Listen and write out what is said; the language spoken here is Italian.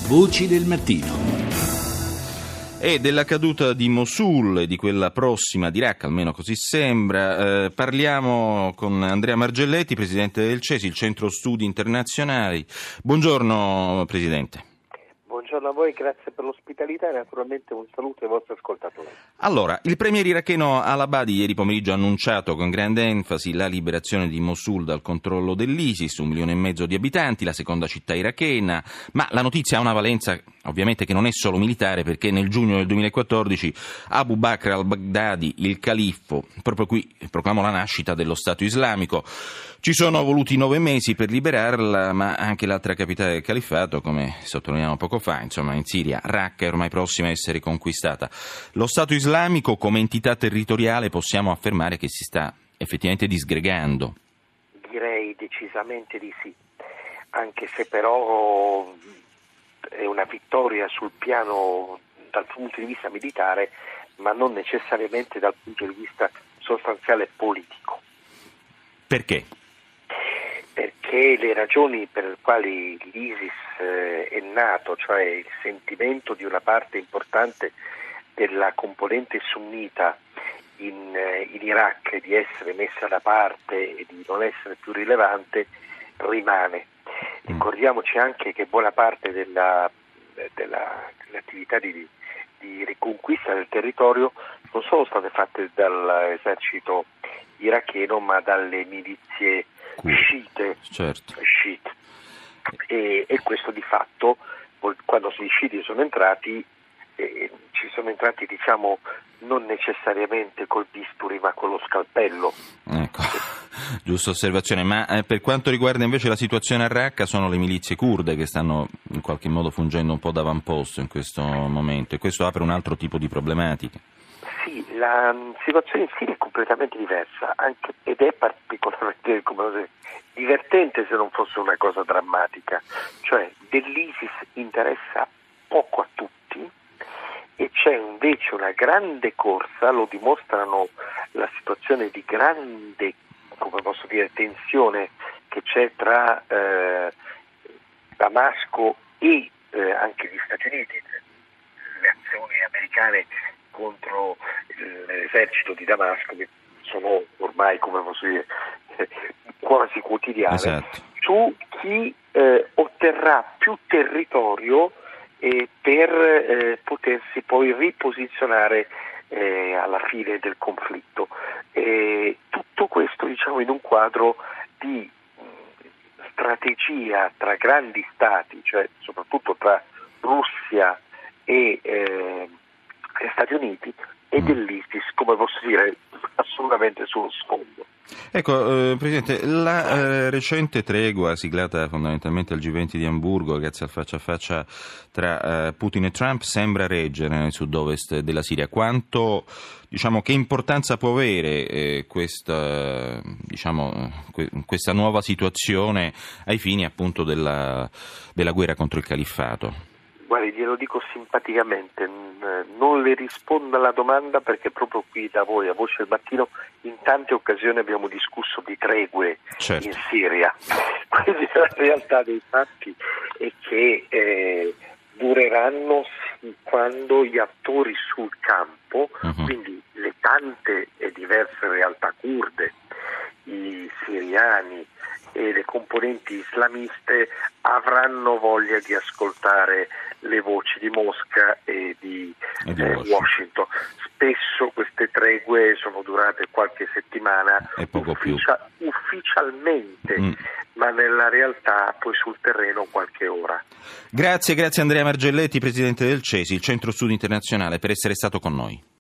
Voci del mattino. E della caduta di Mosul e di quella prossima di Raqqa, almeno così sembra. Parliamo con Andrea Margelletti, presidente del CESI, il Centro Studi Internazionali. Buongiorno Presidente. Buongiorno a voi, grazie per l'ospitalità e naturalmente un saluto ai vostri ascoltatori. Allora, il premier iracheno al-Abadi ieri pomeriggio ha annunciato con grande enfasi la liberazione di Mosul dal controllo dell'ISIS, 1,5 milioni di abitanti, la seconda città irachena, ma la notizia ha una valenza ovviamente che non è solo militare, perché nel giugno del 2014 Abu Bakr al-Baghdadi, il califfo, proprio qui proclamò la nascita dello Stato islamico. Ci sono voluti 9 mesi per liberarla, ma anche l'altra capitale del califfato, come sottolineavamo poco fa, insomma in Siria, Raqqa è ormai prossima a essere conquistata. Lo Stato islamico come entità territoriale possiamo affermare che si sta effettivamente disgregando? Direi decisamente di sì, anche se però è una vittoria sul piano dal punto di vista militare, ma non necessariamente dal punto di vista sostanziale politico. Perché? Perché le ragioni per le quali l'ISIS è nato, cioè il sentimento di una parte importante della componente sunnita in Iraq di essere messa da parte e di non essere più rilevante, rimane. Ricordiamoci anche che buona parte dell'attività di riconquista del territorio non sono state fatte dall'esercito iracheno, ma dalle milizie sciite. Certo. E questo di fatto, quando gli sciiti sono entrati, ci sono entrati diciamo non necessariamente col bisturi ma con lo scalpello. Ecco, giusta osservazione. Ma per quanto riguarda invece la situazione a Raqqa, sono le milizie kurde che stanno in qualche modo fungendo un po' d'avamposto in questo momento, e questo apre un altro tipo di problematiche. Sì, la situazione in Siria è completamente diversa, ed è particolarmente divertente se non fosse una cosa drammatica, cioè dell'ISIS interessa poco a tutti e c'è invece una grande corsa, lo dimostrano la situazione di grande, come posso dire, tensione che c'è tra Damasco e anche gli Stati Uniti, le azioni americane contro l'esercito di Damasco che sono ormai, come posso dire, quasi quotidiane. Esatto. Su chi otterrà più territorio per potersi poi riposizionare alla fine del conflitto. Tutto questo diciamo in un quadro di strategia tra grandi stati, cioè soprattutto tra Russia e Stati Uniti, e dell'ISIS, come posso dire, assolutamente sullo sfondo. Ecco, Presidente, la recente tregua siglata fondamentalmente al G20 di Amburgo, grazie al faccia a faccia tra Putin e Trump, sembra reggere nel sud-ovest della Siria. Che importanza può avere questa nuova situazione ai fini appunto della guerra contro il califfato? Guardi, glielo dico simpaticamente, non le rispondo alla domanda perché proprio qui da voi a Voce del Mattino in tante occasioni abbiamo discusso di tregue. Certo. In Siria. Quindi la realtà dei fatti è che dureranno quando gli attori sul campo, quindi le tante e diverse realtà kurde, i siriani e le componenti islamiste avranno voglia di ascoltare le voci di Mosca e di Washington. Spesso queste tregue sono durate qualche settimana ufficialmente, ma nella realtà poi sul terreno qualche ora. Grazie Andrea Margelletti, presidente del CESI, il Centro Studi Internazionale, per essere stato con noi.